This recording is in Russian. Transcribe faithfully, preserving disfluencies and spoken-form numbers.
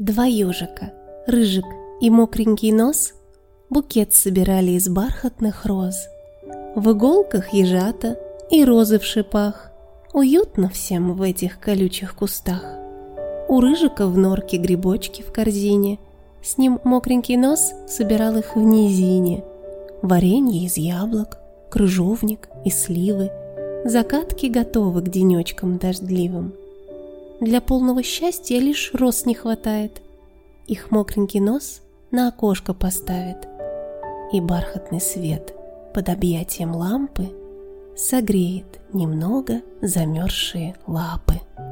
Два ежика, Рыжик и Мокренький Нос, букет собирали из бархатных роз. В иголках ежата и розы в шипах. Уютно всем в этих колючих кустах. У Рыжика в норке грибочки в корзине, с ним Мокренький Нос собирал их в низине. Варенье из яблок, крыжовник и сливы, закатки готовы к денечкам дождливым. Для полного счастья лишь роз не хватает. Их Мокренький Нос на окошко поставит, и бархатный свет под объятием лампы согреет немного замерзшие лапы.